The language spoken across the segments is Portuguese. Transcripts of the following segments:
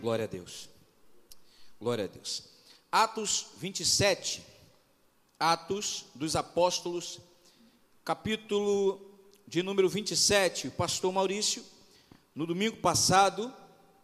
Glória a Deus. Glória a Deus. Atos 27, Atos dos Apóstolos, capítulo de número 27. O pastor Maurício, no domingo passado,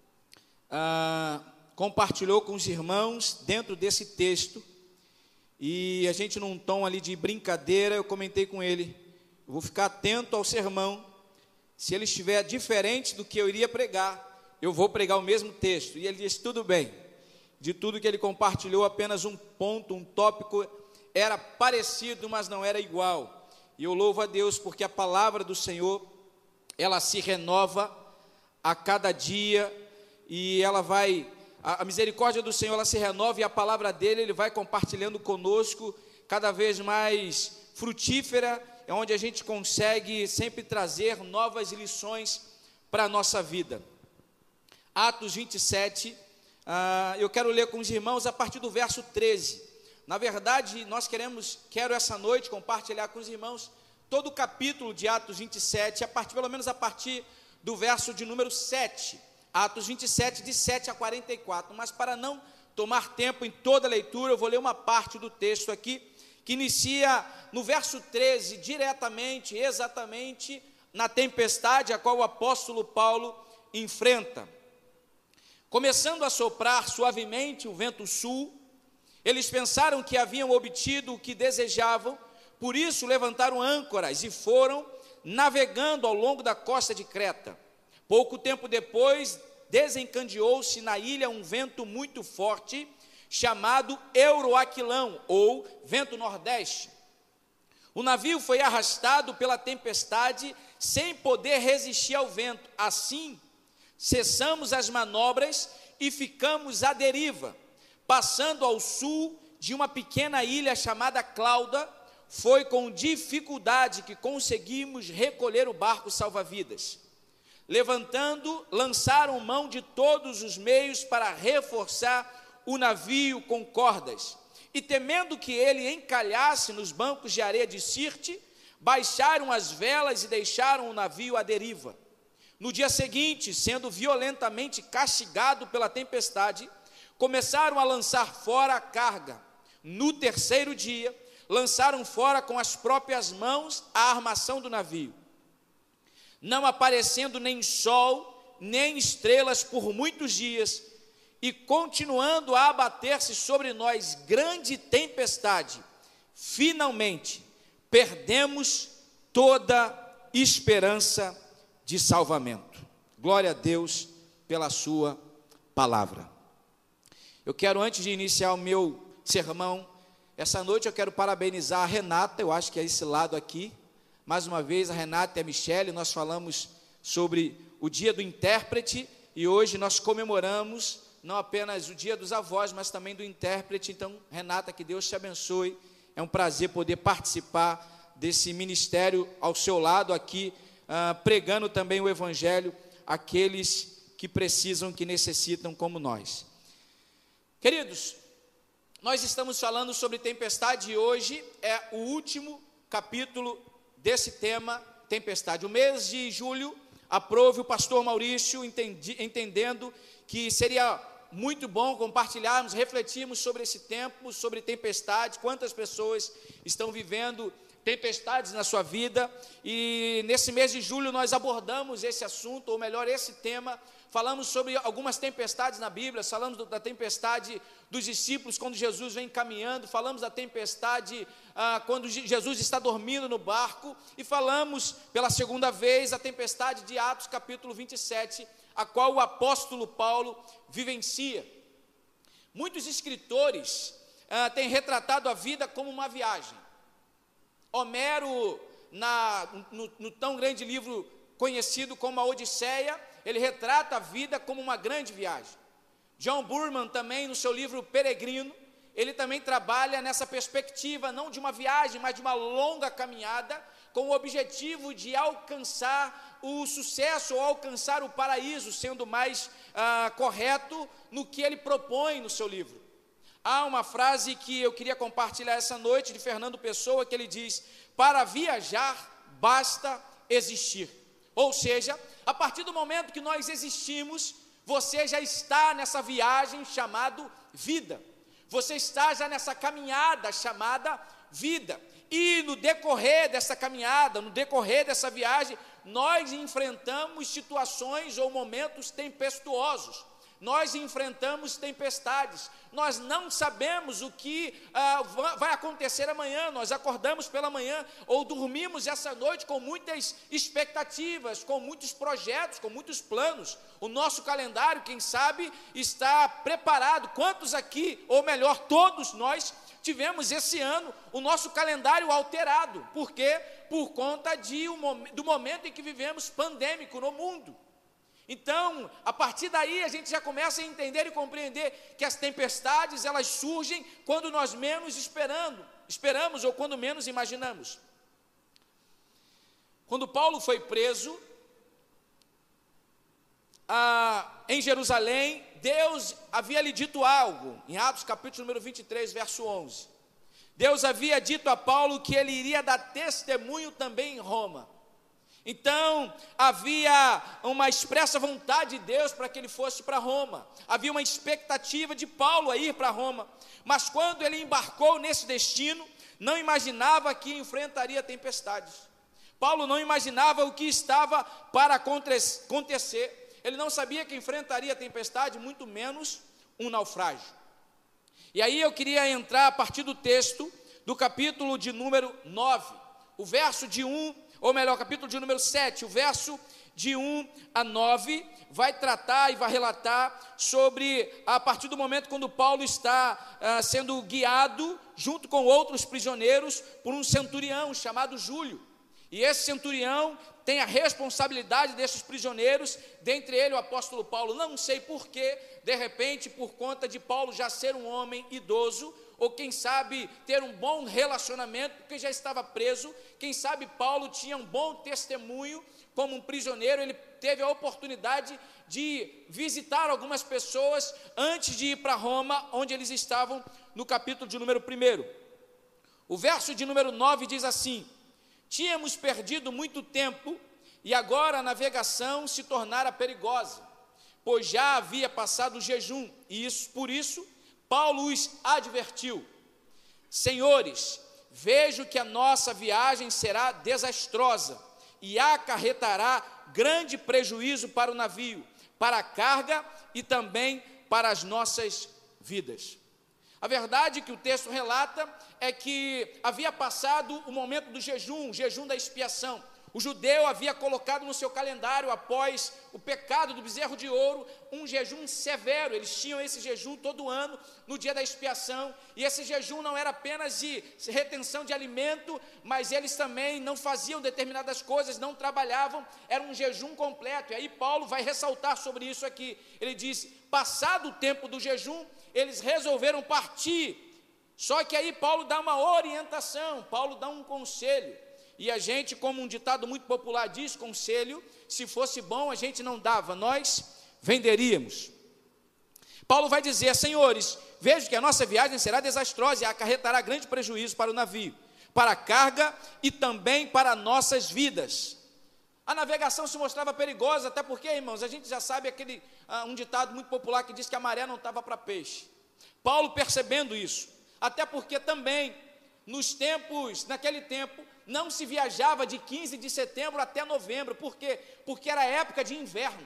compartilhou com os irmãos dentro desse texto, e a gente num tom ali de brincadeira, eu comentei com ele, eu vou ficar atento ao sermão, se ele estiver diferente do que eu iria pregar, eu vou pregar o mesmo texto. E ele disse, tudo bem. De tudo que ele compartilhou, apenas um ponto, um tópico era parecido, mas não era igual. E eu louvo a Deus, porque a palavra do Senhor, ela se renova a cada dia, e ela vai, a misericórdia do Senhor, ela se renova, e a palavra dele, ele vai compartilhando conosco, cada vez mais frutífera, é onde a gente consegue sempre trazer novas lições para a nossa vida. Atos 27, eu quero ler com os irmãos a partir do verso 13. Na verdade, quero essa noite compartilhar com os irmãos todo o capítulo de Atos 27, pelo menos a partir do verso de número 7. Atos 27, de 7 a 44. Mas para não tomar tempo em toda a leitura, eu vou ler uma parte do texto aqui, que inicia no verso 13, exatamente na tempestade a qual o apóstolo Paulo enfrenta. Começando a soprar suavemente o vento sul, eles pensaram que haviam obtido o que desejavam, por isso levantaram âncoras e foram navegando ao longo da costa de Creta. Pouco tempo depois, desencadeou-se na ilha um vento muito forte, chamado Euroaquilão, ou vento nordeste. O navio foi arrastado pela tempestade, sem poder resistir ao vento. Assim, cessamos as manobras e ficamos à deriva. Passando ao sul de uma pequena ilha chamada Clauda, foi com dificuldade que conseguimos recolher o barco salva-vidas. Lançaram mão de todos os meios para reforçar o navio com cordas, e temendo que ele encalhasse nos bancos de areia de Sirte, baixaram as velas e deixaram o navio à deriva. No dia seguinte, sendo violentamente castigado pela tempestade, começaram a lançar fora a carga. No terceiro dia, lançaram fora com as próprias mãos a armação do navio. Não aparecendo nem sol, nem estrelas por muitos dias, e continuando a abater-se sobre nós grande tempestade, finalmente perdemos toda esperança de salvamento. Glória a Deus pela sua palavra. Eu quero, antes de iniciar o meu sermão, essa noite eu quero parabenizar a Renata, eu acho que é esse lado aqui, mais uma vez a Renata e a Michele, nós falamos sobre o dia do intérprete, e hoje nós comemoramos não apenas o dia dos avós, mas também do intérprete. Então, Renata, que Deus te abençoe, é um prazer poder participar desse ministério ao seu lado aqui, pregando também o evangelho àqueles que precisam, que necessitam como nós. Queridos, nós estamos falando sobre tempestade, e hoje é o último capítulo desse tema, tempestade. O mês de julho, aprove o pastor Maurício, entendendo que seria muito bom compartilharmos, refletirmos sobre esse tempo, sobre tempestade, quantas pessoas estão vivendo tempestades na sua vida, e nesse mês de julho nós abordamos esse assunto, ou melhor, esse tema. Falamos sobre algumas tempestades na Bíblia, falamos da tempestade dos discípulos quando Jesus vem caminhando, falamos da tempestade quando Jesus está dormindo no barco, e falamos pela segunda vez a tempestade de Atos capítulo 27, a qual o apóstolo Paulo vivencia. Muitos escritores têm retratado a vida como uma viagem. Homero, no tão grande livro conhecido como a Odisseia, ele retrata a vida como uma grande viagem. John Burman também, no seu livro Peregrino, ele também trabalha nessa perspectiva, não de uma viagem, mas de uma longa caminhada, com o objetivo de alcançar o sucesso, ou alcançar o paraíso, sendo mais correto no que ele propõe no seu livro. Há uma frase que eu queria compartilhar essa noite, de Fernando Pessoa, que ele diz: para viajar, basta existir. Ou seja, a partir do momento que nós existimos, você já está nessa viagem chamada vida. Você está já nessa caminhada chamada vida. E no decorrer dessa caminhada, no decorrer dessa viagem, nós enfrentamos situações ou momentos tempestuosos. Nós enfrentamos tempestades, nós não sabemos o que vai acontecer amanhã. Nós acordamos pela manhã ou dormimos essa noite com muitas expectativas, com muitos projetos, com muitos planos. O nosso calendário, quem sabe, está preparado. Quantos aqui, ou melhor, todos nós, tivemos esse ano o nosso calendário alterado? Por quê? Por conta do momento em que vivemos pandêmico no mundo. Então, a partir daí, a gente já começa a entender e compreender que as tempestades, elas surgem quando nós menos esperamos ou quando menos imaginamos. Quando Paulo foi preso em Jerusalém, Deus havia lhe dito algo, em Atos capítulo número 23, verso 11. Deus havia dito a Paulo que ele iria dar testemunho também em Roma. Então, havia uma expressa vontade de Deus para que ele fosse para Roma. Havia uma expectativa de Paulo a ir para Roma. Mas quando ele embarcou nesse destino, não imaginava que enfrentaria tempestades. Paulo não imaginava o que estava para acontecer. Ele não sabia que enfrentaria tempestade, muito menos um naufrágio. E aí eu queria entrar a partir do texto do capítulo de número 9, o verso de 1, ou melhor, capítulo de número 7, o verso de 1 a 9, vai tratar e vai relatar sobre, a partir do momento quando Paulo está sendo guiado, junto com outros prisioneiros, por um centurião chamado Júlio. E esse centurião tem a responsabilidade desses prisioneiros, dentre ele o apóstolo Paulo. Não sei porquê, de repente, por conta de Paulo já ser um homem idoso, ou quem sabe ter um bom relacionamento, porque já estava preso. Quem sabe Paulo tinha um bom testemunho como um prisioneiro. Ele teve a oportunidade de visitar algumas pessoas antes de ir para Roma, onde eles estavam, no capítulo de número 1. O verso de número 9 diz assim: tínhamos perdido muito tempo e agora a navegação se tornara perigosa, pois já havia passado o jejum, e por isso Paulo os advertiu: senhores, vejo que a nossa viagem será desastrosa e acarretará grande prejuízo para o navio, para a carga e também para as nossas vidas. A verdade que o texto relata é que havia passado o momento do jejum, o jejum da expiação. O judeu havia colocado no seu calendário, após o pecado do bezerro de ouro, um jejum severo. Eles tinham esse jejum todo ano, no dia da expiação, e esse jejum não era apenas de retenção de alimento, mas eles também não faziam determinadas coisas, não trabalhavam, era um jejum completo. E aí Paulo vai ressaltar sobre isso aqui. Ele diz: passado o tempo do jejum, eles resolveram partir. Só que aí Paulo dá uma orientação, Paulo dá um conselho. E a gente, como um ditado muito popular diz, conselho, se fosse bom a gente não dava, nós venderíamos. Paulo vai dizer: senhores, vejo que a nossa viagem será desastrosa e acarretará grande prejuízo para o navio, para a carga e também para nossas vidas. A navegação se mostrava perigosa, até porque, irmãos, a gente já sabe um ditado muito popular que diz que a maré não estava para peixe. Paulo percebendo isso, até porque também, naquele tempo, não se viajava de 15 de setembro até novembro. Por quê? Porque era época de inverno.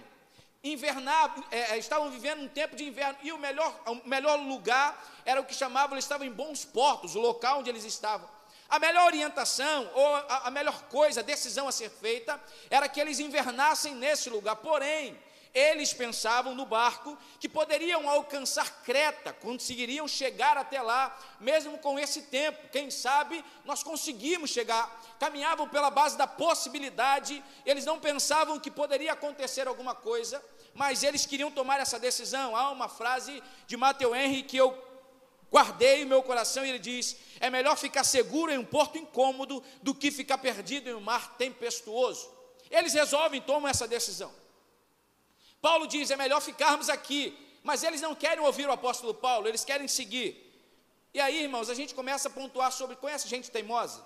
Estavam vivendo um tempo de inverno, e o melhor lugar era o que chamavam, eles estavam em bons portos, o local onde eles estavam. A melhor orientação, ou a melhor coisa, a decisão a ser feita, era que eles invernassem nesse lugar. Porém, eles pensavam no barco que poderiam alcançar Creta, conseguiriam chegar até lá, mesmo com esse tempo. Quem sabe nós conseguimos chegar. Caminhavam pela base da possibilidade, eles não pensavam que poderia acontecer alguma coisa, mas eles queriam tomar essa decisão. Há uma frase de Matthew Henry que eu guardei no meu coração, e ele diz: é melhor ficar seguro em um porto incômodo do que ficar perdido em um mar tempestuoso. Eles tomam essa decisão. Paulo diz: é melhor ficarmos aqui, mas eles não querem ouvir o apóstolo Paulo, eles querem seguir. E aí, irmãos, a gente começa a pontuar sobre: conhece gente teimosa?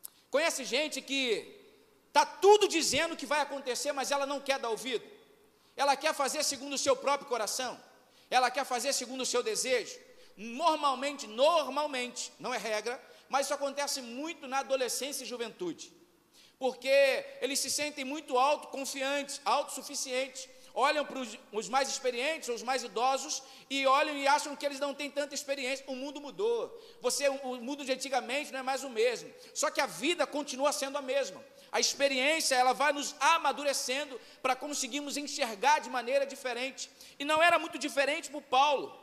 Conhece gente que está tudo dizendo que vai acontecer, mas ela não quer dar ouvido? Ela quer fazer segundo o seu próprio coração, ela quer fazer segundo o seu desejo. Normalmente, não é regra, mas isso acontece muito na adolescência e juventude, porque eles se sentem muito autoconfiantes, autossuficientes, olham para os mais experientes, ou os mais idosos, e olham e acham que eles não têm tanta experiência. O mundo mudou, o mundo de antigamente não é mais o mesmo, só que a vida continua sendo a mesma. A experiência, ela vai nos amadurecendo para conseguirmos enxergar de maneira diferente. E não era muito diferente para Paulo.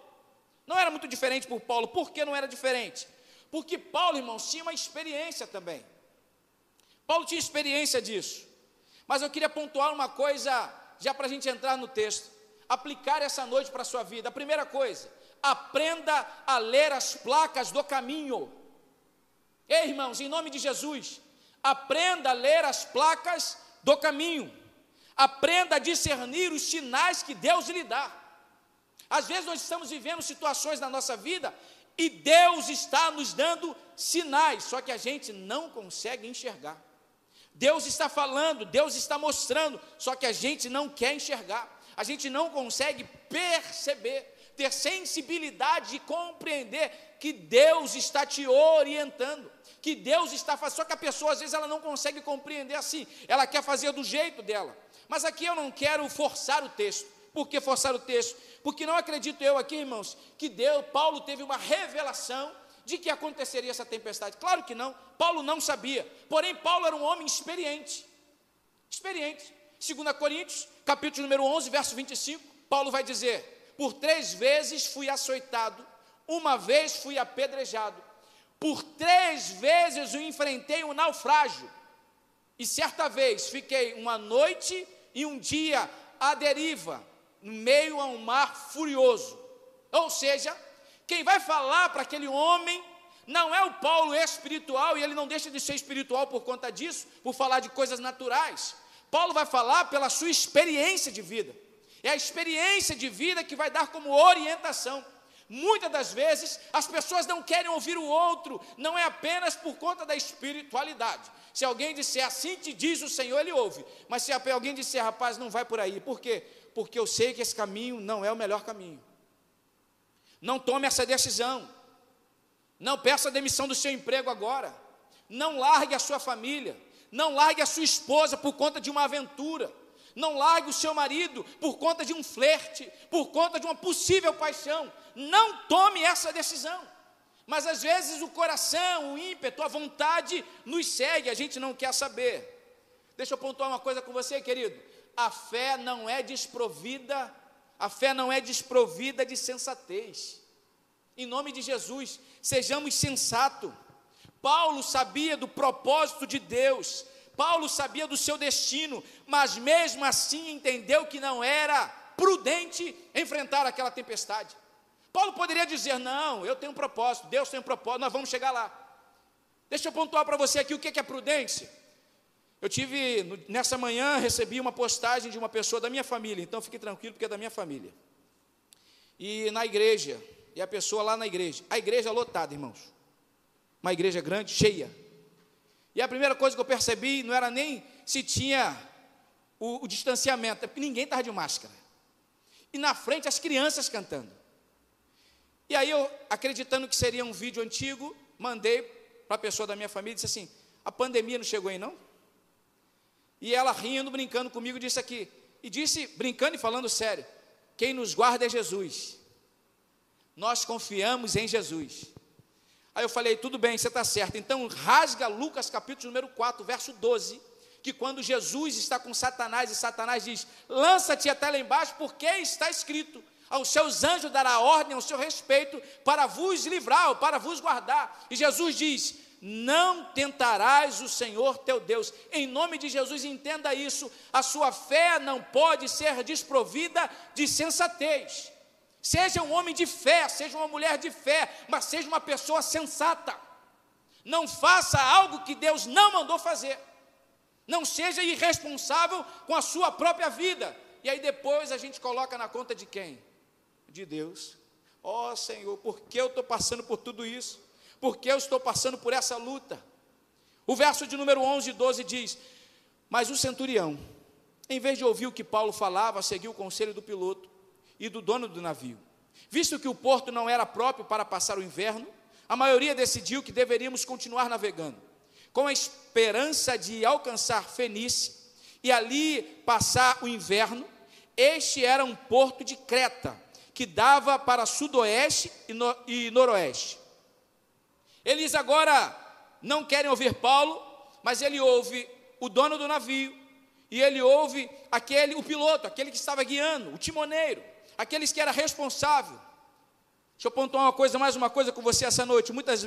Por que não era diferente? Porque Paulo, irmãos, tinha uma experiência também. Paulo tinha experiência disso. Mas eu queria pontuar uma coisa, já para a gente entrar no texto, aplicar essa noite para a sua vida. A primeira coisa, aprenda a ler as placas do caminho. Ei, irmãos, em nome de Jesus, aprenda a ler as placas do caminho. Aprenda a discernir os sinais que Deus lhe dá. Às vezes nós estamos vivendo situações na nossa vida e Deus está nos dando sinais, só que a gente não consegue enxergar. Deus está falando, Deus está mostrando, só que a gente não quer enxergar. A gente não consegue perceber, ter sensibilidade de compreender que Deus está te orientando, que Deus está fazendo. Só que a pessoa às vezes ela não consegue compreender assim, ela quer fazer do jeito dela. Mas aqui eu não quero forçar o texto. Por que forçar o texto? Porque não acredito eu aqui, irmãos, que Paulo teve uma revelação de que aconteceria essa tempestade. Claro que não, Paulo não sabia. Porém, Paulo era um homem experiente. 2 Coríntios, capítulo número 11, verso 25, Paulo vai dizer: por 3 vezes fui açoitado, uma vez fui apedrejado, por 3 vezes eu enfrentei um naufrágio, e certa vez fiquei uma noite e um dia à deriva, no meio a um mar furioso. Ou seja, quem vai falar para aquele homem não é o Paulo espiritual, e ele não deixa de ser espiritual por conta disso, por falar de coisas naturais. Paulo vai falar pela sua experiência de vida. É a experiência de vida que vai dar como orientação. Muitas das vezes as pessoas não querem ouvir o outro, não é apenas por conta da espiritualidade. Se alguém disser assim te diz o Senhor, ele ouve. Mas se alguém disser, rapaz, não vai por aí, por quê? Porque eu sei que esse caminho não é o melhor caminho. Não tome essa decisão. Não peça a demissão do seu emprego agora. Não largue a sua família. Não largue a sua esposa por conta de uma aventura. Não largue o seu marido por conta de um flerte, por conta de uma possível paixão. Não tome essa decisão. Mas às vezes o coração, o ímpeto, a vontade nos segue, a gente não quer saber. Deixa eu pontuar uma coisa com você, querido. A fé não é desprovida de sensatez. Em nome de Jesus, sejamos sensatos. Paulo sabia do propósito de Deus, Paulo sabia do seu destino, mas mesmo assim entendeu que não era prudente enfrentar aquela tempestade. Paulo poderia dizer, não, eu tenho um propósito, Deus tem um propósito, nós vamos chegar lá. Deixa eu pontuar para você aqui o que é prudência. Nessa manhã, recebi uma postagem de uma pessoa da minha família, então fique tranquilo porque é da minha família. E na igreja, e a pessoa lá na igreja, a igreja lotada, irmãos, uma igreja grande, cheia. E a primeira coisa que eu percebi, não era nem se tinha o distanciamento, é porque ninguém estava de máscara. E na frente as crianças cantando. E aí eu, acreditando que seria um vídeo antigo, mandei para a pessoa da minha família, disse assim, a pandemia não chegou aí não? E ela rindo, brincando comigo, disse aqui, e disse, brincando e falando sério, quem nos guarda é Jesus. Nós confiamos em Jesus. Aí eu falei, tudo bem, você está certo. Então rasga Lucas capítulo número 4, verso 12, que quando Jesus está com Satanás, e Satanás diz, lança-te até lá embaixo, porque está escrito, aos seus anjos dará ordem ao seu respeito, para vos livrar, ou para vos guardar. E Jesus diz, não tentarás o Senhor teu Deus. Em nome de Jesus, entenda isso, a sua fé não pode ser desprovida de sensatez. Seja um homem de fé, seja uma mulher de fé, mas seja uma pessoa sensata. Não faça algo que Deus não mandou fazer. Não seja irresponsável com a sua própria vida. E aí depois a gente coloca na conta de quem? De Deus. Ó Senhor, por que eu estou passando por tudo isso? Por que eu estou passando por essa luta? O verso de número 11 e 12 diz, mas o centurião, em vez de ouvir o que Paulo falava, seguiu o conselho do piloto e do dono do navio. Visto que o porto não era próprio para passar o inverno, a maioria decidiu que deveríamos continuar navegando, com a esperança de alcançar Fenícia e ali passar o inverno. Este era um porto de Creta, que dava para sudoeste e noroeste. Eles agora não querem ouvir Paulo, mas ele ouve o dono do navio, e ele ouve o piloto, aquele que estava guiando, o timoneiro, aqueles que era responsável. Deixa eu pontuar mais uma coisa com você essa noite. Muitas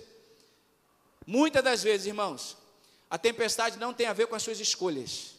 das vezes, irmãos, a tempestade não tem a ver com as suas escolhas.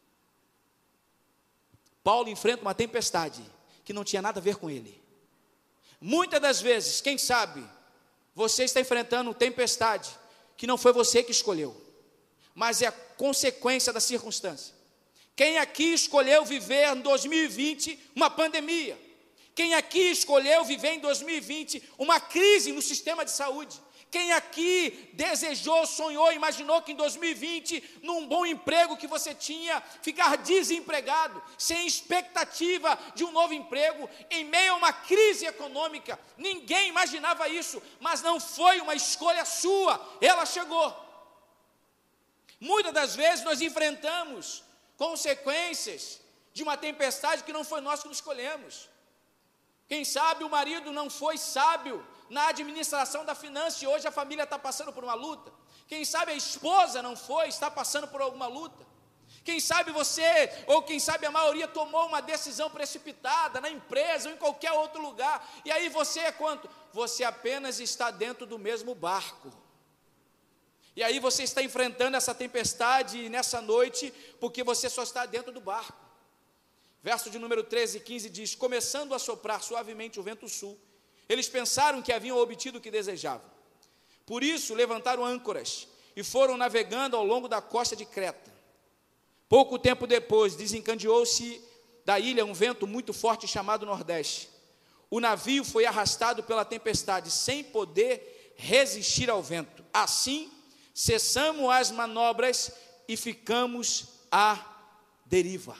Paulo enfrenta uma tempestade que não tinha nada a ver com ele. Muitas das vezes, quem sabe, você está enfrentando uma tempestade que não foi você que escolheu, mas é a consequência da circunstância. Quem aqui escolheu viver em 2020 uma pandemia? Quem aqui escolheu viver em 2020 uma crise no sistema de saúde? Quem aqui desejou, sonhou, imaginou que em 2020, num bom emprego que você tinha, ficar desempregado, sem expectativa de um novo emprego, em meio a uma crise econômica? Ninguém imaginava isso, mas não foi uma escolha sua, ela chegou. Muitas das vezes nós enfrentamos consequências de uma tempestade que não foi nós que escolhemos. Quem sabe o marido não foi sábio na administração da finança e hoje a família está passando por uma luta. Quem sabe a esposa não está passando por alguma luta. Quem sabe você, ou quem sabe a maioria, tomou uma decisão precipitada na empresa ou em qualquer outro lugar. E aí você é quanto? Você apenas está dentro do mesmo barco. E aí você está enfrentando essa tempestade nessa noite, porque você só está dentro do barco. Verso de número 13 e 15 diz: começando a soprar suavemente o vento sul, eles pensaram que haviam obtido o que desejavam. Por isso levantaram âncoras e foram navegando ao longo da costa de Creta. Pouco tempo depois, desencadeou-se da ilha um vento muito forte chamado Nordeste. O navio foi arrastado pela tempestade, sem poder resistir ao vento. Assim, cessamos as manobras e ficamos à deriva.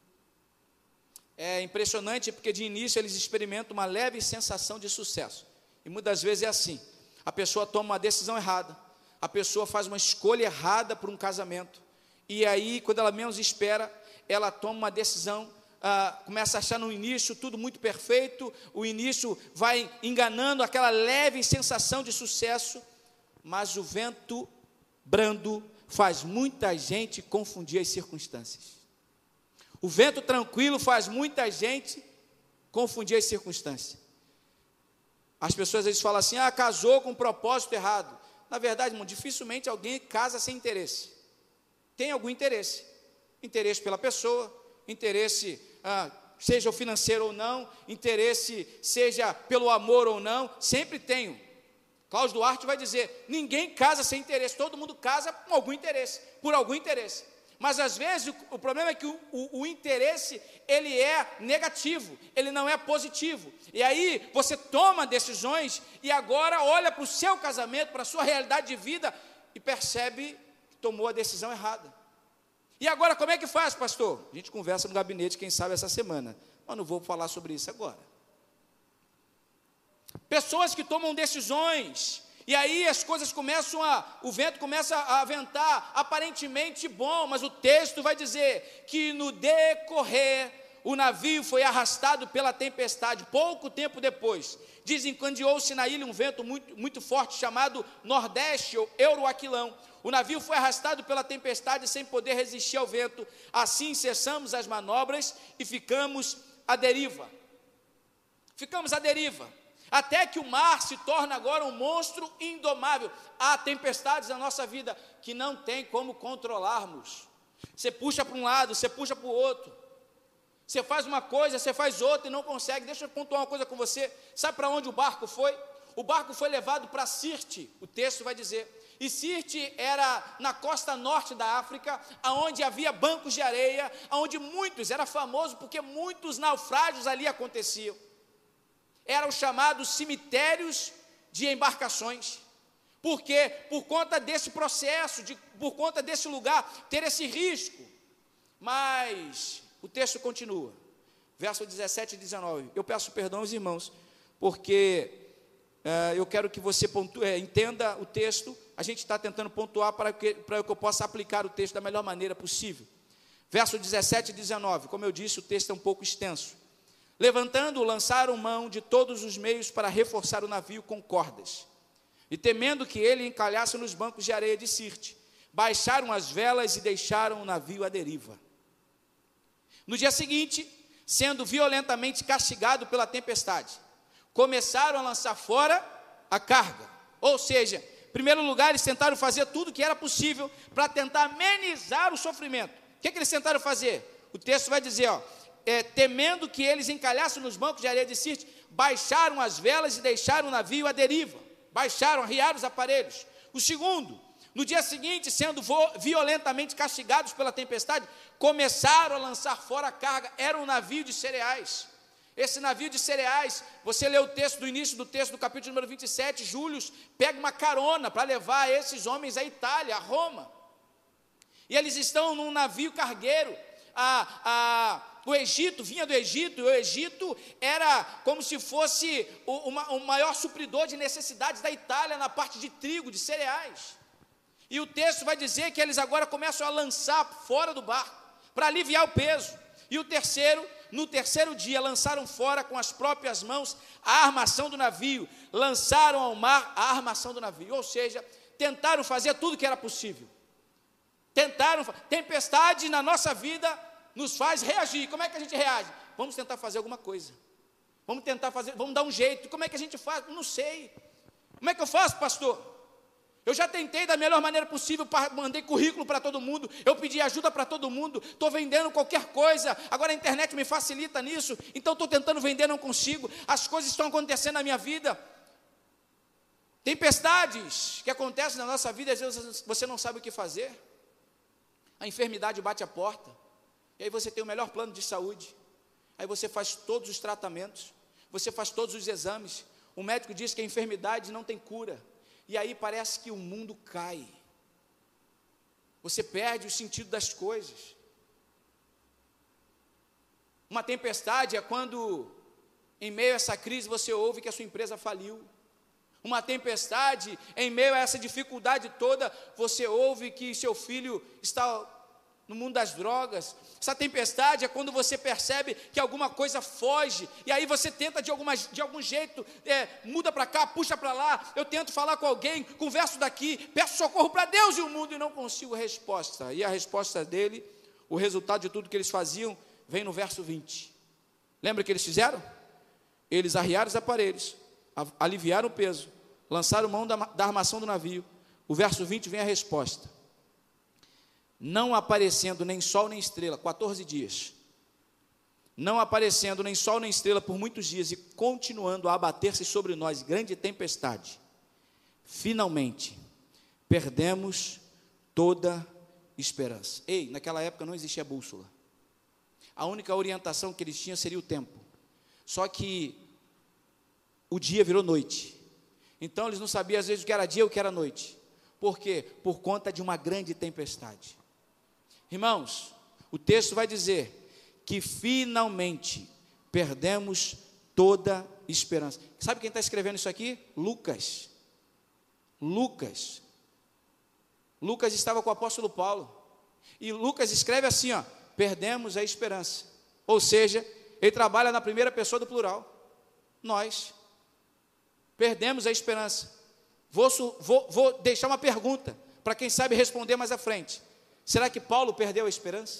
É impressionante porque de início eles experimentam uma leve sensação de sucesso. E muitas vezes é assim. A pessoa toma uma decisão errada. A pessoa faz uma escolha errada para um casamento. E aí, quando ela menos espera, ela toma uma decisão, começa a achar no início tudo muito perfeito. O início vai enganando aquela leve sensação de sucesso. Mas o vento brando faz muita gente confundir as circunstâncias. O vento tranquilo faz muita gente confundir as circunstâncias. As pessoas às vezes falam assim: casou com um propósito errado. Na verdade, irmão, dificilmente alguém casa sem interesse. Tem algum interesse. Interesse pela pessoa, interesse, seja o financeiro ou não, interesse seja pelo amor ou não, sempre tem. Cláudio Duarte vai dizer: ninguém casa sem interesse, todo mundo casa com algum interesse, por algum interesse. Mas às vezes o problema é que o interesse, ele é negativo, ele não é positivo. E aí você toma decisões e agora olha para o seu casamento, para a sua realidade de vida e percebe que tomou a decisão errada. E agora como é que faz, pastor? A gente conversa no gabinete, quem sabe essa semana, mas não vou falar sobre isso agora. Pessoas que tomam decisões, e aí as coisas o vento começa a ventar, aparentemente bom, mas o texto vai dizer que no decorrer, o navio foi arrastado pela tempestade. Pouco tempo depois, desencadeou-se na ilha um vento muito, muito forte, chamado Nordeste, ou Euroaquilão. O navio foi arrastado pela tempestade sem poder resistir ao vento. Assim cessamos as manobras e ficamos à deriva. Ficamos à deriva. Até que o mar se torna agora um monstro indomável. Há tempestades na nossa vida que não tem como controlarmos. Você puxa para um lado, você puxa para o outro. Você faz uma coisa, você faz outra e não consegue. Deixa eu pontuar uma coisa com você. Sabe para onde o barco foi? O barco foi levado para Sirte, o texto vai dizer. E Sirte era na costa norte da África, onde havia bancos de areia, onde era famoso porque muitos naufrágios ali aconteciam. Eram chamados cemitérios de embarcações, porque por conta desse processo, por conta desse lugar, ter esse risco. Mas o texto continua, verso 17 e 19. Eu peço perdão aos irmãos, porque eu quero que você entenda o texto. A gente está tentando pontuar para que eu possa aplicar o texto da melhor maneira possível. Verso 17 e 19, como eu disse, o texto é um pouco extenso. Levantando, lançaram mão de todos os meios para reforçar o navio com cordas. E temendo que ele encalhasse nos bancos de areia de Sirte, baixaram as velas e deixaram o navio à deriva. No dia seguinte, sendo violentamente castigado pela tempestade, começaram a lançar fora a carga. Ou seja, em primeiro lugar, eles tentaram fazer tudo o que era possível para tentar amenizar o sofrimento. O que eles tentaram fazer? O texto vai dizer, temendo que eles encalhassem nos bancos de areia de Sirte, baixaram as velas e deixaram o navio à deriva. Baixaram, arriaram os aparelhos. O segundo, no dia seguinte, sendo violentamente castigados pela tempestade, começaram a lançar fora a carga. Era um navio de cereais. Esse navio de cereais, você lê o texto do início do texto do capítulo número 27, Júlio pega uma carona para levar esses homens à Itália, a Roma. E eles estão num navio cargueiro. O Egito vinha do Egito, e o Egito era como se fosse o maior supridor de necessidades da Itália na parte de trigo, de cereais. E o texto vai dizer que eles agora começam a lançar fora do barco, para aliviar o peso. E no terceiro dia, lançaram fora com as próprias mãos a armação do navio, lançaram ao mar a armação do navio, ou seja, tentaram fazer tudo que era possível. Tempestade na nossa vida nos faz reagir. Como é que a gente reage? Vamos tentar fazer alguma coisa. Vamos dar um jeito. Como é que a gente faz? Não sei. Como é que eu faço, pastor? Eu já tentei da melhor maneira possível, mandei currículo para todo mundo, eu pedi ajuda para todo mundo, estou vendendo qualquer coisa, agora a internet me facilita nisso, então estou tentando vender, não consigo, as coisas estão acontecendo na minha vida. Tempestades que acontecem na nossa vida, às vezes você não sabe o que fazer. A enfermidade bate a porta. E aí você tem o melhor plano de saúde. Aí você faz todos os tratamentos. Você faz todos os exames. O médico diz que a enfermidade não tem cura. E aí parece que o mundo cai. Você perde o sentido das coisas. Uma tempestade é quando, em meio a essa crise, você ouve que a sua empresa faliu. Uma tempestade, em meio a essa dificuldade toda, você ouve que seu filho está no mundo das drogas. Essa tempestade é quando você percebe que alguma coisa foge, e aí você tenta de algum jeito, muda para cá, puxa para lá, eu tento falar com alguém, converso daqui, peço socorro para Deus e o mundo e não consigo resposta. E a resposta dele, o resultado de tudo que eles faziam, vem no verso 20. Lembra o que eles fizeram? Eles arriaram os aparelhos, aliviaram o peso, lançaram mão da armação do navio. O verso 20 vem a resposta. Não aparecendo nem sol nem estrela, 14 dias. Não aparecendo nem sol nem estrela por muitos dias e continuando a abater-se sobre nós grande tempestade. Finalmente, perdemos toda esperança. Ei, naquela época não existia bússola. A única orientação que eles tinham seria o tempo. Só que o dia virou noite. Então eles não sabiam às vezes o que era dia ou o que era noite. Por quê? Por conta de uma grande tempestade. Irmãos, o texto vai dizer que finalmente perdemos toda esperança. Sabe quem está escrevendo isso aqui? Lucas. Lucas estava com o apóstolo Paulo. E Lucas escreve assim, perdemos a esperança. Ou seja, ele trabalha na primeira pessoa do plural. Nós perdemos a esperança. Vou deixar uma pergunta para quem sabe responder mais à frente. Será que Paulo perdeu a esperança?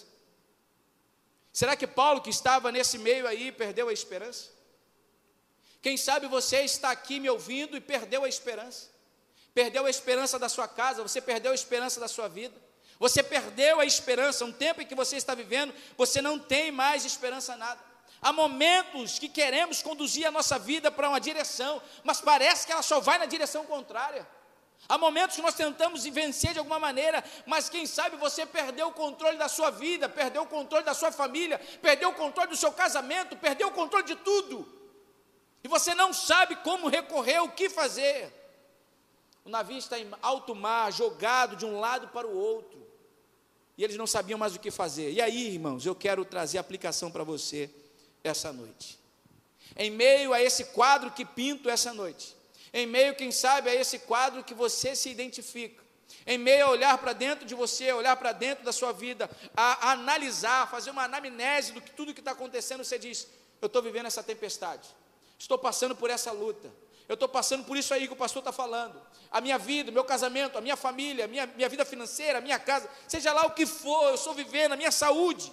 Será que Paulo, que estava nesse meio aí, perdeu a esperança? Quem sabe você está aqui me ouvindo e perdeu a esperança. Perdeu a esperança da sua casa, você perdeu a esperança da sua vida. Você perdeu a esperança, um tempo em que você está vivendo, você não tem mais esperança a nada. Há momentos que queremos conduzir a nossa vida para uma direção, mas parece que ela só vai na direção contrária. Há momentos que nós tentamos vencer de alguma maneira, mas quem sabe você perdeu o controle da sua vida, perdeu o controle da sua família, perdeu o controle do seu casamento, perdeu o controle de tudo. E você não sabe como recorrer, o que fazer. O navio está em alto mar, jogado de um lado para o outro. e eles não sabiam mais o que fazer. E aí, irmãos, eu quero trazer a aplicação para você essa noite. Em meio a esse quadro que pinto essa noite, em meio, quem sabe, a esse quadro que você se identifica, em meio a olhar para dentro de você, olhar para dentro da sua vida, a analisar, fazer uma anamnese do que tudo que está acontecendo, você diz: eu estou vivendo essa tempestade, estou passando por essa luta, eu estou passando por isso aí que o pastor está falando, a minha vida, meu casamento, a minha família, minha vida financeira, a minha casa, seja lá o que for, eu estou vivendo, a minha saúde.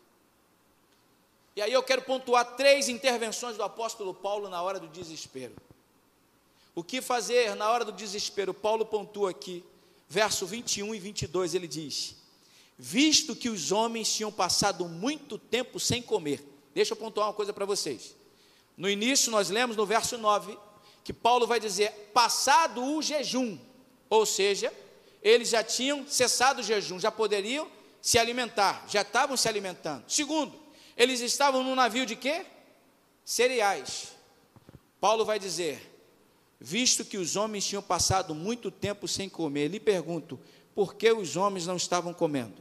E aí eu quero pontuar 3 intervenções do apóstolo Paulo na hora do desespero. O que fazer na hora do desespero? Paulo pontua aqui, verso 21 e 22, ele diz: visto que os homens tinham passado muito tempo sem comer. Deixa eu pontuar uma coisa para vocês. No início nós lemos no verso 9, que Paulo vai dizer, passado o jejum, ou seja, eles já tinham cessado o jejum, já poderiam se alimentar, já estavam se alimentando. Segundo, eles estavam num navio de quê? Cereais. Paulo vai dizer, visto que os homens tinham passado muito tempo sem comer, lhe pergunto, por que os homens não estavam comendo?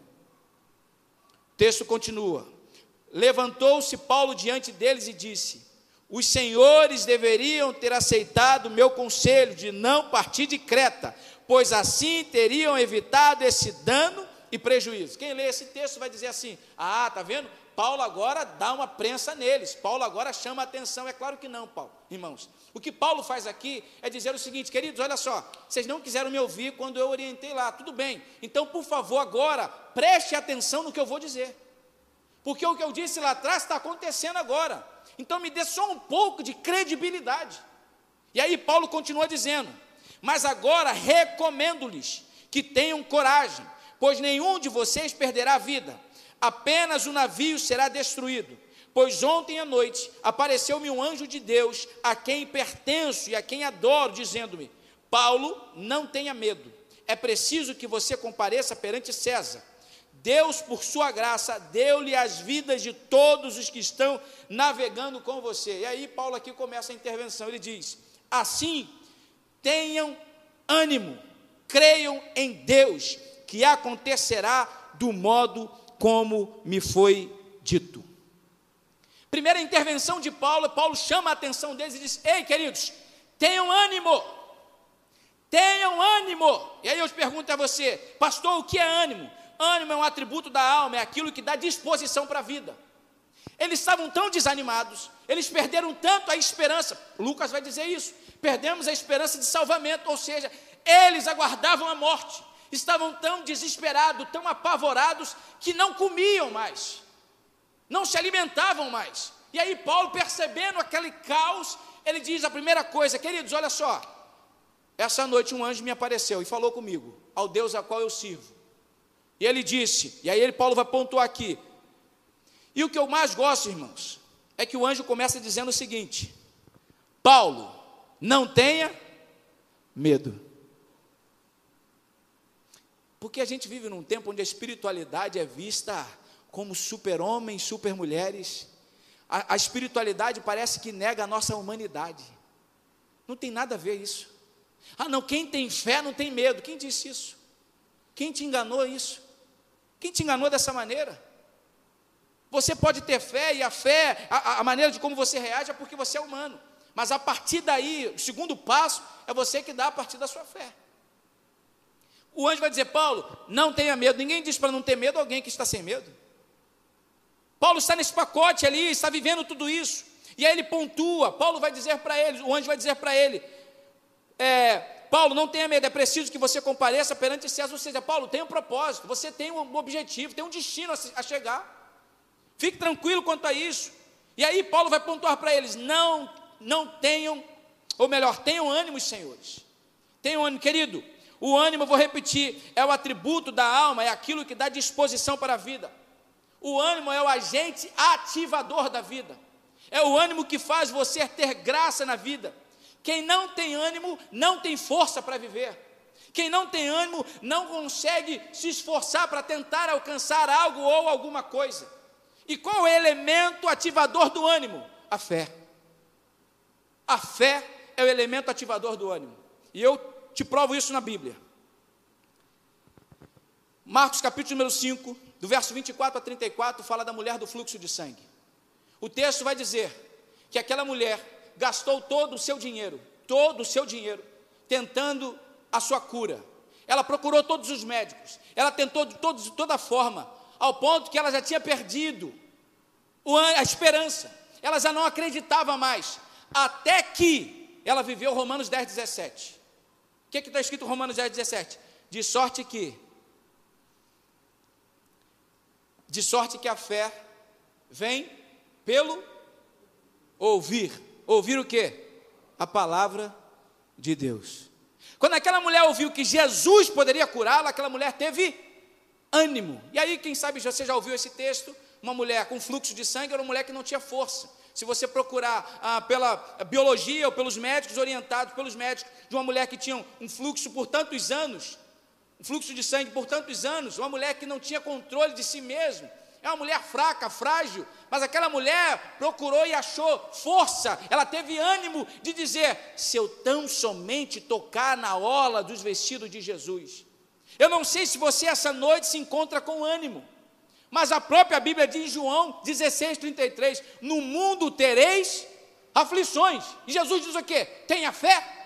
O texto continua, levantou-se Paulo diante deles e disse, os senhores deveriam ter aceitado o meu conselho de não partir de Creta, pois assim teriam evitado esse dano e prejuízo. Quem lê esse texto vai dizer assim, ah, está vendo? Paulo agora dá uma prensa neles, Paulo agora chama a atenção. É claro que não, Paulo, irmãos. O que Paulo faz aqui é dizer o seguinte, queridos, olha só, vocês não quiseram me ouvir quando eu orientei lá, tudo bem, então por favor agora, preste atenção no que eu vou dizer, porque o que eu disse lá atrás está acontecendo agora, então me dê só um pouco de credibilidade. E aí Paulo continua dizendo, mas agora recomendo-lhes que tenham coragem, pois nenhum de vocês perderá a vida, apenas o navio será destruído, pois ontem à noite apareceu-me um anjo de Deus, a quem pertenço e a quem adoro, dizendo-me, Paulo, não tenha medo, é preciso que você compareça perante César. Deus, por sua graça, deu-lhe as vidas de todos os que estão navegando com você. E aí Paulo aqui começa a intervenção, ele diz, assim, tenham ânimo, creiam em Deus, que acontecerá do modo como me foi dito. Primeira intervenção de Paulo, Paulo chama a atenção deles e diz, ei queridos, tenham ânimo, tenham ânimo. E aí eu pergunto a você, pastor, o que é ânimo? Ânimo é um atributo da alma, é aquilo que dá disposição para a vida. Eles estavam tão desanimados, eles perderam tanto a esperança, Lucas vai dizer isso, perdemos a esperança de salvamento, ou seja, eles aguardavam a morte, estavam tão desesperados, tão apavorados, que não comiam mais, não se alimentavam mais. E aí Paulo, percebendo aquele caos, ele diz a primeira coisa, queridos, olha só, essa noite um anjo me apareceu e falou comigo, ao Deus a qual eu sirvo. E ele disse, e aí Paulo vai pontuar aqui, e o que eu mais gosto, irmãos, é que o anjo começa dizendo o seguinte, Paulo, não tenha medo. Porque a gente vive num tempo onde a espiritualidade é vista como super-homens, super-mulheres. A espiritualidade parece que nega a nossa humanidade. Não tem nada a ver isso. Ah não, quem tem fé não tem medo. Quem disse isso? Quem te enganou isso? Quem te enganou dessa maneira? Você pode ter fé, e a fé, a maneira de como você reage é porque você é humano. Mas a partir daí, o segundo passo, é você que dá a partir da sua fé. O anjo vai dizer, Paulo, não tenha medo. Ninguém diz para não ter medo alguém que está sem medo. Paulo está nesse pacote ali, está vivendo tudo isso. E aí ele pontua, Paulo vai dizer para ele, o anjo vai dizer para ele, Paulo, não tenha medo, é preciso que você compareça perante César. Ou seja, Paulo, tem um propósito, você tem um objetivo, tem um destino a chegar. Fique tranquilo quanto a isso. E aí Paulo vai pontuar para eles, não tenham, ou melhor, tenham ânimo, senhores. Tenham ânimo, querido. O ânimo, eu vou repetir, é o atributo da alma, é aquilo que dá disposição para a vida. O ânimo é o agente ativador da vida. É o ânimo que faz você ter graça na vida. Quem não tem ânimo, não tem força para viver. Quem não tem ânimo, não consegue se esforçar para tentar alcançar algo ou alguma coisa. E qual é o elemento ativador do ânimo? A fé. A fé é o elemento ativador do ânimo. E eu te provo isso na Bíblia. Marcos capítulo número 5, do verso 24 a 34, fala da mulher do fluxo de sangue. O texto vai dizer que aquela mulher gastou todo o seu dinheiro, tentando a sua cura. Ela procurou todos os médicos, ela tentou de toda forma, ao ponto que ela já tinha perdido a esperança, ela já não acreditava mais, até que ela viveu Romanos 10, 17. O que está escrito em Romanos 10, 17? De sorte que a fé vem pelo ouvir. Ouvir o quê? A palavra de Deus. Quando aquela mulher ouviu que Jesus poderia curá-la, aquela mulher teve ânimo. E aí, quem sabe você já ouviu esse texto? Uma mulher com fluxo de sangue era uma mulher que não tinha força. Se você procurar pela biologia ou pelos médicos, orientados pelos médicos, de uma mulher que tinha um fluxo por tantos anos, um fluxo de sangue por tantos anos, uma mulher que não tinha controle de si mesma, é uma mulher fraca, frágil, mas aquela mulher procurou e achou força, ela teve ânimo de dizer, se eu tão somente tocar na orla dos vestidos de Jesus. Eu não sei se você essa noite se encontra com ânimo, mas a própria Bíblia diz em João 16, 33, no mundo tereis aflições, e Jesus diz o quê? Tenha fé.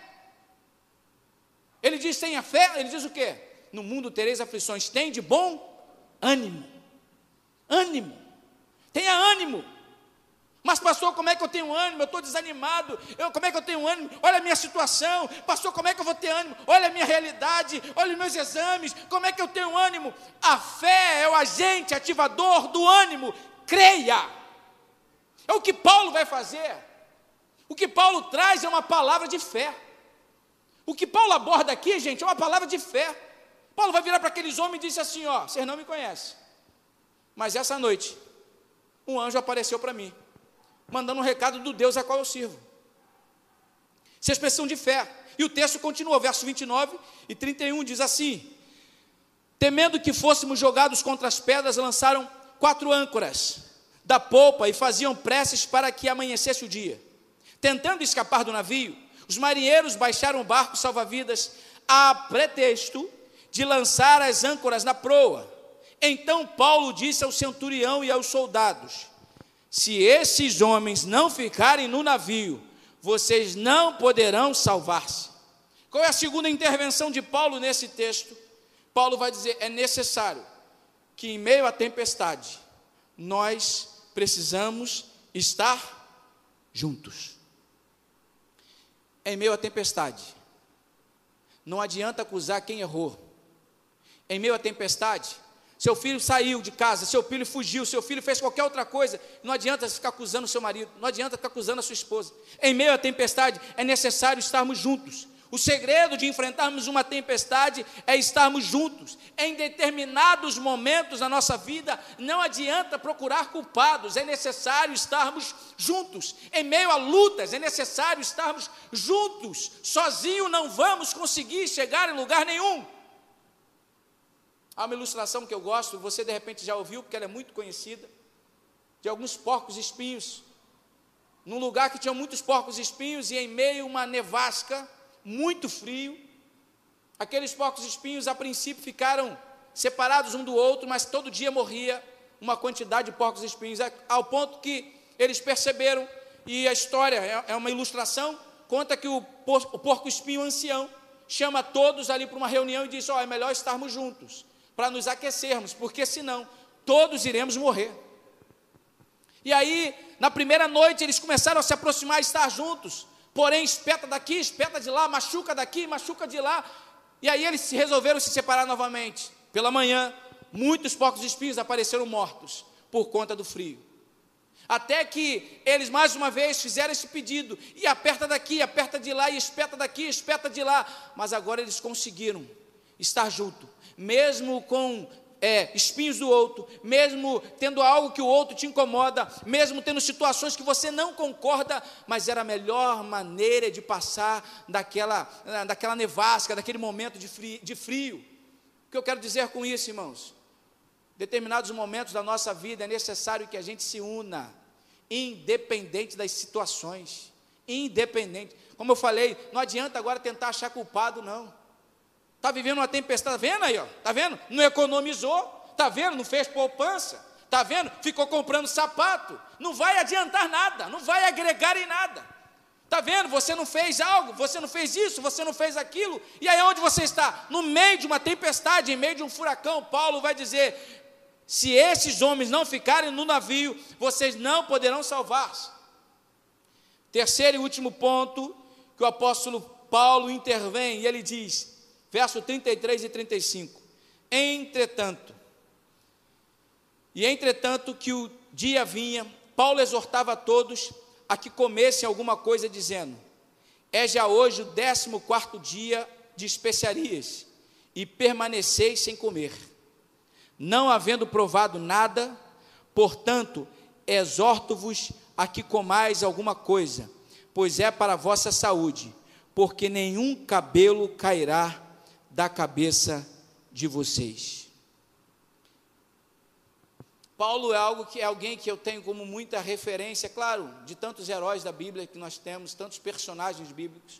Ele diz tenha fé, ele diz o quê? No mundo tereis aflições, tem de bom ânimo. Ânimo, tenha ânimo. Mas pastor, como é que eu tenho ânimo? Eu estou desanimado, como é que eu tenho ânimo? Olha a minha situação, pastor, como é que eu vou ter ânimo? Olha a minha realidade, olha os meus exames, como é que eu tenho ânimo? A fé é o agente ativador do ânimo, creia. É o que Paulo vai fazer. O que Paulo traz é uma palavra de fé. O que Paulo aborda aqui, gente, é uma palavra de fé. Paulo vai virar para aqueles homens e disse assim, ó, vocês não me conhecem, mas essa noite, um anjo apareceu para mim, mandando um recado do Deus a qual eu sirvo. Isso é expressão de fé. E o texto continua, verso 29 e 31, diz assim, temendo que fôssemos jogados contra as pedras, lançaram 4 âncoras da polpa e faziam preces para que amanhecesse o dia. Tentando escapar do navio, os marinheiros baixaram o barco salva-vidas a pretexto de lançar as âncoras na proa. Então Paulo disse ao centurião e aos soldados, se esses homens não ficarem no navio, vocês não poderão salvar-se. Qual é a segunda intervenção de Paulo nesse texto? Paulo vai dizer, é necessário que em meio à tempestade, nós precisamos estar juntos. Em meio à tempestade, não adianta acusar quem errou. Em meio à tempestade, seu filho saiu de casa, seu filho fugiu, seu filho fez qualquer outra coisa, não adianta ficar acusando o seu marido, não adianta ficar acusando a sua esposa. Em meio à tempestade, é necessário estarmos juntos. O segredo de enfrentarmos uma tempestade é estarmos juntos. Em determinados momentos da nossa vida, não adianta procurar culpados, é necessário estarmos juntos. Em meio a lutas, é necessário estarmos juntos. Sozinho não vamos conseguir chegar em lugar nenhum. Há uma ilustração que eu gosto, você de repente já ouviu, porque ela é muito conhecida, de alguns porcos espinhos, num lugar que tinha muitos porcos espinhos, e em meio a uma nevasca, muito frio, aqueles porcos espinhos a princípio ficaram separados um do outro, mas todo dia morria uma quantidade de porcos espinhos, ao ponto que eles perceberam, e a história é uma ilustração, conta que o porco espinho ancião chama todos ali para uma reunião e diz, é melhor estarmos juntos, para nos aquecermos, porque senão todos iremos morrer. E aí, na primeira noite, eles começaram a se aproximar e estar juntos, porém espeta daqui, espeta de lá, machuca daqui, machuca de lá, e aí eles resolveram se separar novamente. Pela manhã, muitos porcos espinhos apareceram mortos, por conta do frio, até que eles mais uma vez fizeram esse pedido, e aperta daqui, aperta de lá, e espeta daqui, espeta de lá, mas agora eles conseguiram estar junto, mesmo com espinhos do outro, mesmo tendo algo que o outro te incomoda, mesmo tendo situações que você não concorda, mas era a melhor maneira de passar daquela nevasca, daquele momento de frio. O que eu quero dizer com isso, irmãos? Em determinados momentos da nossa vida é necessário que a gente se una, independente das situações, independente. Como eu falei, não adianta agora tentar achar culpado, não. está vivendo uma tempestade, está vendo aí, está vendo? Não economizou, está vendo? Não fez poupança, está vendo? Ficou comprando sapato, não vai adiantar nada, não vai agregar em nada. Está vendo? Você não fez algo, você não fez isso, você não fez aquilo, e aí onde você está? No meio de uma tempestade, em meio de um furacão. Paulo vai dizer: se esses homens não ficarem no navio, vocês não poderão salvar-se. Terceiro e último ponto, que o apóstolo Paulo intervém, e ele diz, verso 33 e 35, entretanto que o dia vinha, Paulo exortava a todos a que comessem alguma coisa, dizendo: é já hoje o 14º dia de especiarias, e permaneceis sem comer, não havendo provado nada. Portanto, exorto-vos a que comais alguma coisa, pois é para a vossa saúde, porque nenhum cabelo cairá da cabeça de vocês. Paulo é alguém que eu tenho como muita referência, claro, de tantos heróis da Bíblia que nós temos, tantos personagens bíblicos.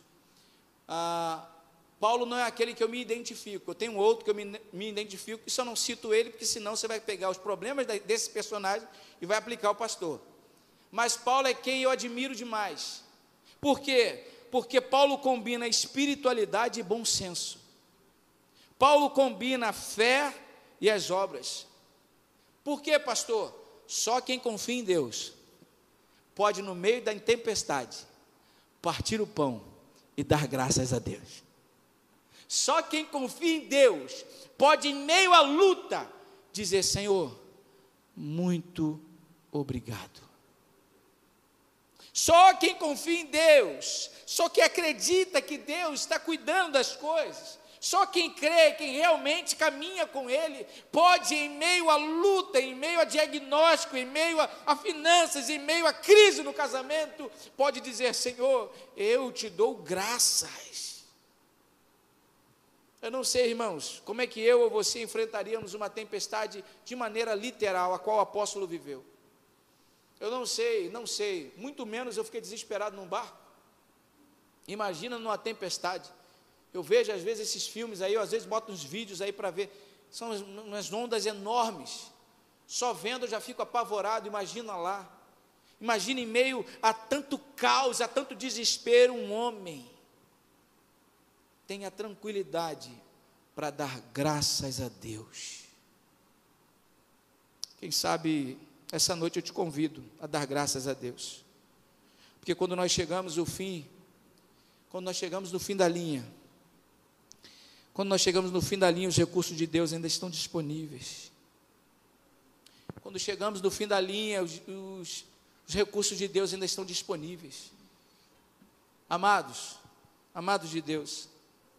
Paulo não é aquele que eu me identifico, eu tenho outro que eu me identifico, e só não cito ele, porque senão você vai pegar os problemas desse personagem e vai aplicar ao pastor. Mas Paulo é quem eu admiro demais. Por quê? Porque Paulo combina espiritualidade e bom senso. Paulo combina a fé e as obras. Por quê, pastor? Só quem confia em Deus pode, no meio da tempestade, partir o pão e dar graças a Deus. Só quem confia em Deus pode, em meio à luta, dizer: Senhor, muito obrigado. Só quem confia em Deus, só quem acredita que Deus está cuidando das coisas, só quem crê, quem realmente caminha com Ele, pode, em meio à luta, em meio a diagnóstico, em meio a finanças, em meio a crise no casamento, pode dizer: Senhor, eu te dou graças. Eu não sei, irmãos, como é que eu ou você enfrentaríamos uma tempestade de maneira literal, a qual o apóstolo viveu. Eu não sei, muito menos eu fiquei desesperado num barco. Imagina numa tempestade. Eu vejo às vezes esses filmes aí, eu às vezes boto uns vídeos aí para ver, são umas ondas enormes, só vendo eu já fico apavorado. Imagina lá, imagina em meio a tanto caos, a tanto desespero, um homem tenha tranquilidade para dar graças a Deus. Quem sabe essa noite eu te convido a dar graças a Deus, porque quando nós chegamos no fim da linha, os recursos de Deus ainda estão disponíveis. Quando chegamos no fim da linha, os recursos de Deus ainda estão disponíveis. Amados de Deus,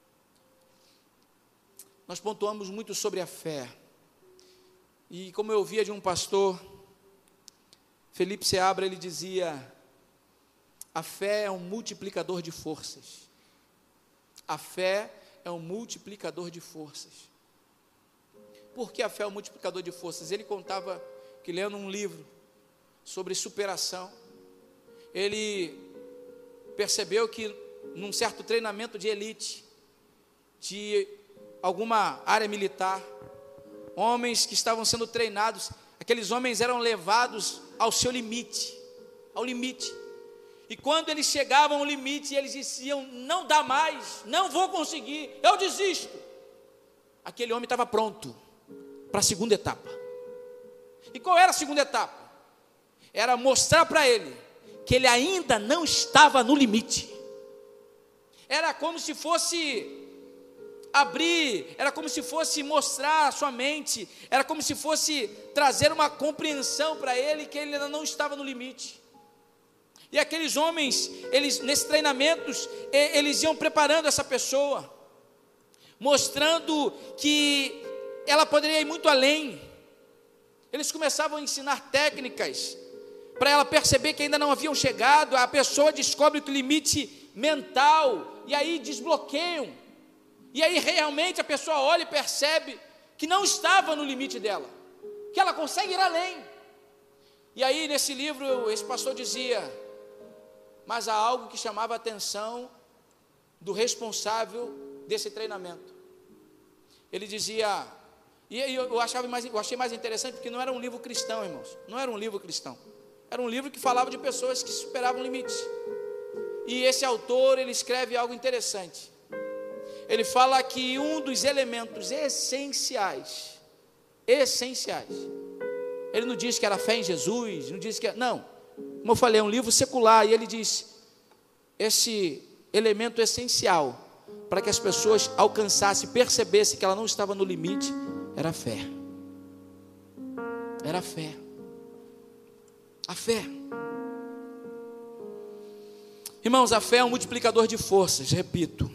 nós pontuamos muito sobre a fé, e como eu ouvia de um pastor, Felipe Seabra, ele dizia: a fé é um multiplicador de forças. A fé é um multiplicador de forças. Por que a fé é um multiplicador de forças? Ele contava que, lendo um livro sobre superação, ele percebeu que num certo treinamento de elite, de alguma área militar, homens que estavam sendo treinados, aqueles homens eram levados ao seu limite, ao limite. E quando eles chegavam ao limite, eles diziam: não dá mais, não vou conseguir, eu desisto. Aquele homem estava pronto para a segunda etapa. E qual era a segunda etapa? Era mostrar para ele que ele ainda não estava no limite. Era como se fosse abrir, era como se fosse mostrar a sua mente, era como se fosse trazer uma compreensão para ele que ele ainda não estava no limite. E aqueles homens, eles nesses treinamentos, eles iam preparando essa pessoa, mostrando que ela poderia ir muito além. Eles começavam a ensinar técnicas para ela perceber que ainda não haviam chegado. A pessoa descobre o limite mental, e aí desbloqueiam. E aí realmente a pessoa olha e percebe que não estava no limite dela, que ela consegue ir além. E aí nesse livro esse pastor dizia: mas há algo que chamava a atenção do responsável desse treinamento. Ele dizia, e eu achei mais interessante, porque não era um livro cristão, irmãos, não era um livro cristão, era um livro que falava de pessoas que superavam limites. E esse autor, ele escreve algo interessante. Ele fala que um dos elementos essenciais, ele não diz que era fé em Jesus, não diz que, não, como eu falei, é um livro secular, e ele diz, esse elemento essencial, para que as pessoas alcançassem, percebessem que ela não estava no limite, era a fé. Era a fé. A fé. Irmãos, a fé é um multiplicador de forças, repito.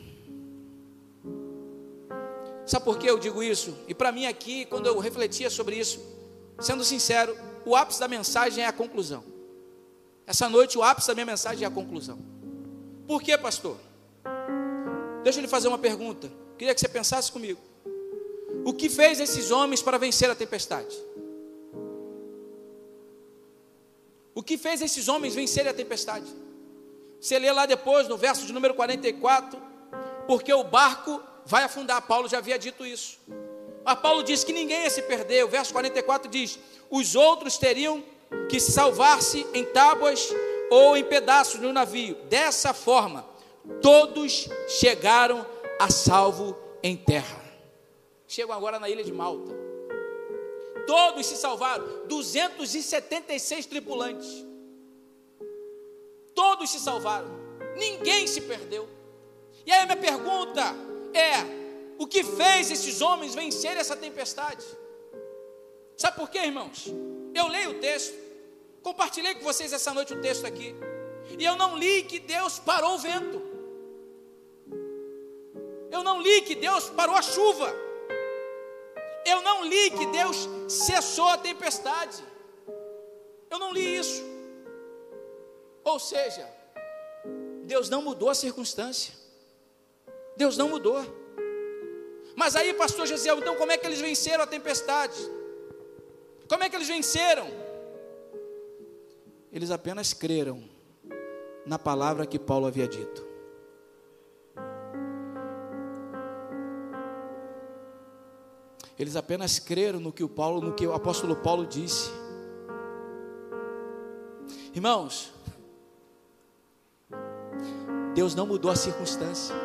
Sabe por que eu digo isso? E para mim aqui, quando eu refletia sobre isso, sendo sincero, o ápice da mensagem é a conclusão. Essa noite o ápice da minha mensagem é a conclusão. Por quê, pastor? Deixa eu lhe fazer uma pergunta. Queria que você pensasse comigo. O que fez esses homens para vencer a tempestade? O que fez esses homens vencerem a tempestade? Você lê lá depois, no verso de número 44, porque o barco vai afundar. Paulo já havia dito isso. Mas Paulo diz que ninguém ia se perder. O verso 44 diz, os outros teriam que salvar-se em tábuas ou em pedaços no navio. Dessa forma, todos chegaram a salvo em terra. Chegam agora na ilha de Malta. Todos se salvaram. 276 tripulantes. Todos se salvaram. Ninguém se perdeu. E aí a minha pergunta é: o que fez esses homens vencerem essa tempestade? Sabe por quê, irmãos? Eu leio o texto, compartilhei com vocês essa noite o texto aqui, e eu não li que Deus parou o vento. Eu não li que Deus parou a chuva. Eu não li que Deus cessou a tempestade. Eu não li isso. Ou seja, Deus não mudou a circunstância. Deus não mudou. Mas aí, pastor Gesiel, então como é que eles venceram a tempestade? Como é que eles venceram? Eles apenas creram na palavra que Paulo havia dito. Eles apenas creram no que o apóstolo Paulo disse. Irmãos, Deus não mudou a circunstância.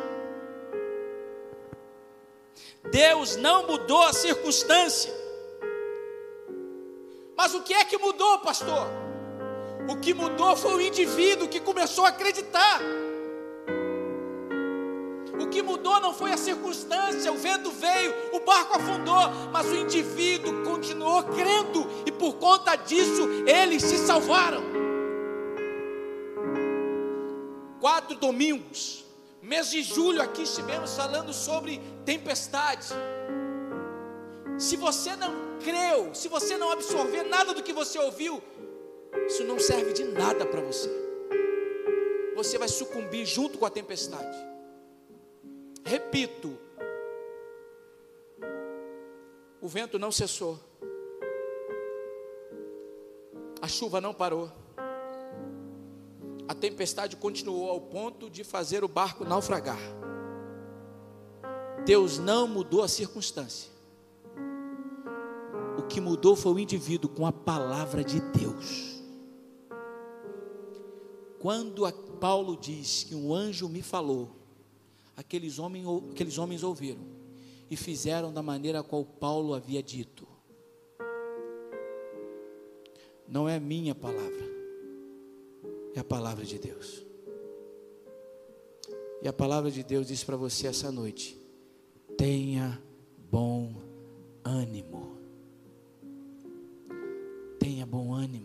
Deus não mudou a circunstância. Mas o que é que mudou, pastor? O que mudou foi o indivíduo que começou a acreditar. O que mudou não foi a circunstância, o vento veio, o barco afundou, mas o indivíduo continuou crendo, e por conta disso, eles se salvaram. 4 domingos, mês de julho, aqui estivemos falando sobre tempestade. Se você não creu, se você não absorver nada do que você ouviu, isso não serve de nada para você. Você vai sucumbir junto com a tempestade. Repito, o vento não cessou, a chuva não parou, a tempestade continuou ao ponto de fazer o barco naufragar. Deus não mudou a circunstância. O que mudou foi o indivíduo com a palavra de Deus. Quando Paulo diz que um anjo me falou, aqueles homens ouviram e fizeram da maneira a qual Paulo havia dito. Não é minha palavra, é a palavra de Deus. E a palavra de Deus diz para você essa noite: tenha bom ânimo. Tenha bom ânimo.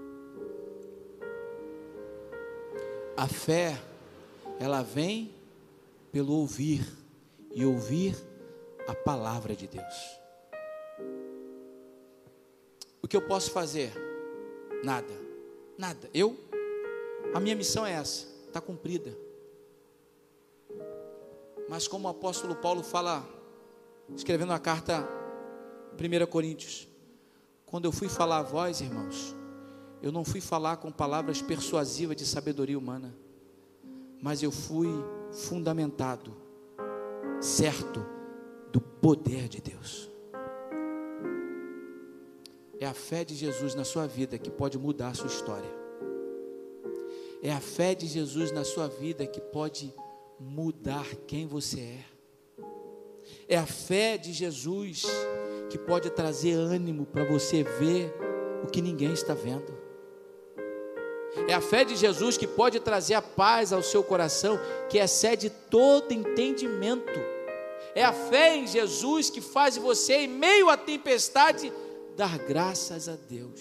A fé, ela vem pelo ouvir, e ouvir a palavra de Deus. O que eu posso fazer? Nada. A minha missão é essa, está cumprida. Mas como o apóstolo Paulo fala, escrevendo a carta 1 Coríntios, quando eu fui falar a vós, irmãos, eu não fui falar com palavras persuasivas de sabedoria humana, mas eu fui fundamentado, certo, do poder de Deus. É a fé de Jesus na sua vida que pode mudar a sua história. É a fé de Jesus na sua vida que pode mudar quem você é. É a fé de Jesus que pode trazer ânimo para você ver o que ninguém está vendo. É a fé de Jesus que pode trazer a paz ao seu coração, que excede todo entendimento. É a fé em Jesus que faz você, em meio à tempestade, dar graças a Deus.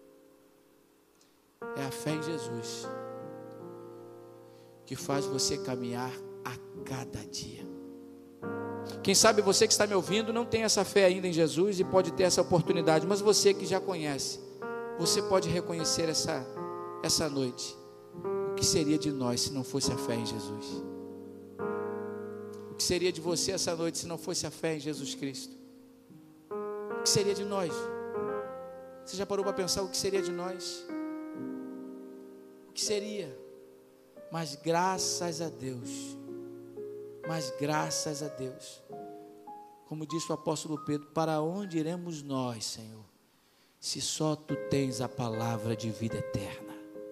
É a fé em Jesus que faz você caminhar a cada dia. Quem sabe você que está me ouvindo não tem essa fé ainda em Jesus e pode ter essa oportunidade, mas você que já conhece, você pode reconhecer essa noite o que seria de nós se não fosse a fé em Jesus. O que seria de você essa noite se não fosse a fé em Jesus Cristo? O que seria de nós? Você já parou para pensar o que seria de nós? O que seria? Mas graças a Deus, como disse o apóstolo Pedro, para onde iremos nós, Senhor, se só Tu tens a palavra de vida eterna?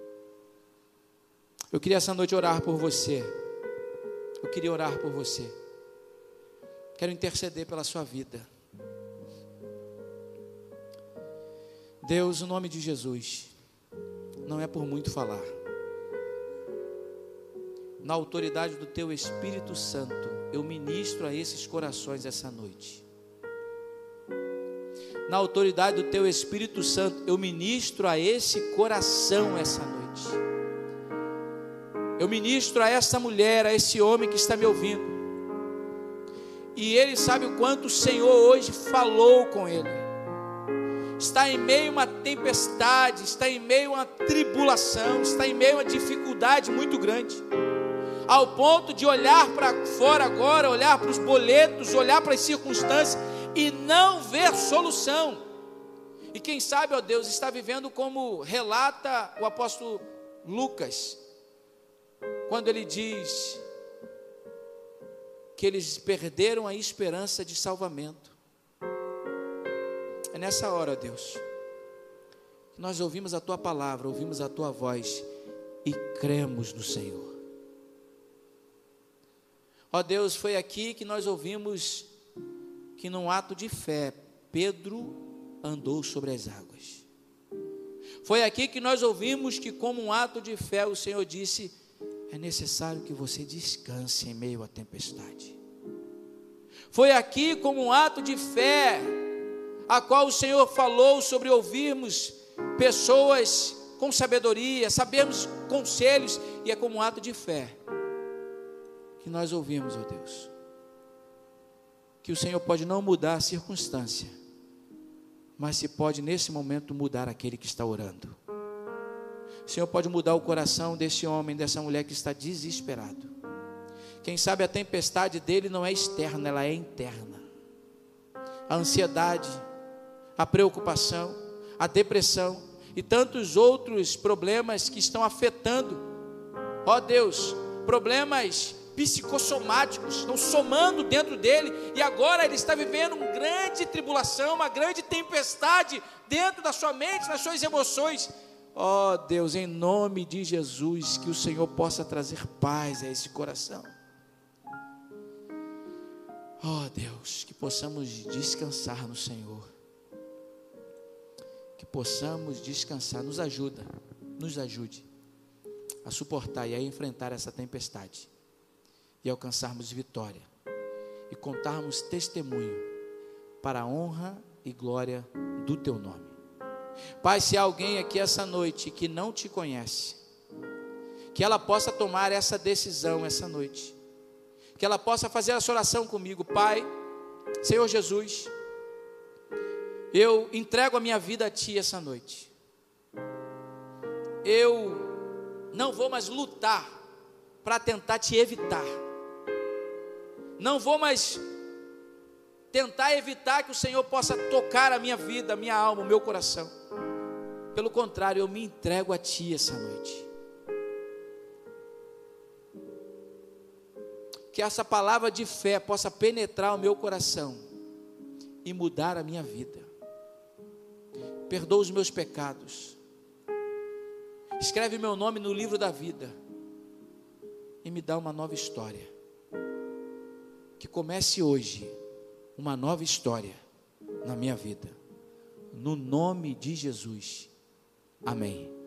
Eu queria essa noite orar por você. Eu queria orar por você. Quero interceder pela sua vida. Deus, no nome de Jesus, não é por muito falar. Na autoridade do Teu Espírito Santo, eu ministro a esses corações essa noite. Na autoridade do Teu Espírito Santo, eu ministro a esse coração essa noite. Eu ministro a essa mulher, a esse homem que está me ouvindo. E ele sabe o quanto o Senhor hoje falou com ele. Está em meio a uma tempestade, está em meio a uma tribulação, está em meio a uma dificuldade muito grande. Ao ponto de olhar para fora agora, olhar para os boletos, olhar para as circunstâncias e não ver solução. E quem sabe, ó Deus, está vivendo como relata o apóstolo Lucas, quando ele diz que eles perderam a esperança de salvamento. É nessa hora, ó Deus, que nós ouvimos a Tua palavra, ouvimos a Tua voz e cremos no Senhor. Ó Deus, foi aqui que nós ouvimos que num ato de fé, Pedro andou sobre as águas. Foi aqui que nós ouvimos que como um ato de fé o Senhor disse: é necessário que você descanse em meio à tempestade. Foi aqui como um ato de fé, a qual o Senhor falou sobre ouvirmos pessoas com sabedoria, sabermos conselhos, e é como um ato de fé que nós ouvimos, ó Deus, que o Senhor pode não mudar a circunstância, mas se pode nesse momento mudar aquele que está orando. O Senhor pode mudar o coração desse homem, dessa mulher que está desesperado. Quem sabe a tempestade dele não é externa, ela é interna. A ansiedade, a preocupação, a depressão e tantos outros problemas que estão afetando, ó Deus, problemas psicossomáticos, estão somando dentro dele, e agora ele está vivendo uma grande tribulação, uma grande tempestade dentro da sua mente, nas suas emoções. Ó Deus, em nome de Jesus, que o Senhor possa trazer paz a esse coração. Ó Deus, que possamos descansar no Senhor, que possamos descansar. Nos ajude a suportar e a enfrentar essa tempestade e alcançarmos vitória e contarmos testemunho para a honra e glória do Teu nome. Pai, se há alguém aqui essa noite que não Te conhece, que ela possa tomar essa decisão essa noite, que ela possa fazer essa oração comigo. Pai, Senhor Jesus, eu entrego a minha vida a Ti essa noite. Eu não vou mais lutar para tentar Te evitar. Não vou mais tentar evitar que o Senhor possa tocar a minha vida, a minha alma, o meu coração. Pelo contrário, eu me entrego a Ti essa noite. que essa palavra de fé possa penetrar o meu coração e mudar a minha vida. Perdoa os meus pecados, escreve meu nome no livro da vida e me dá uma nova história. Que comece hoje uma nova história na minha vida, no nome de Jesus, amém.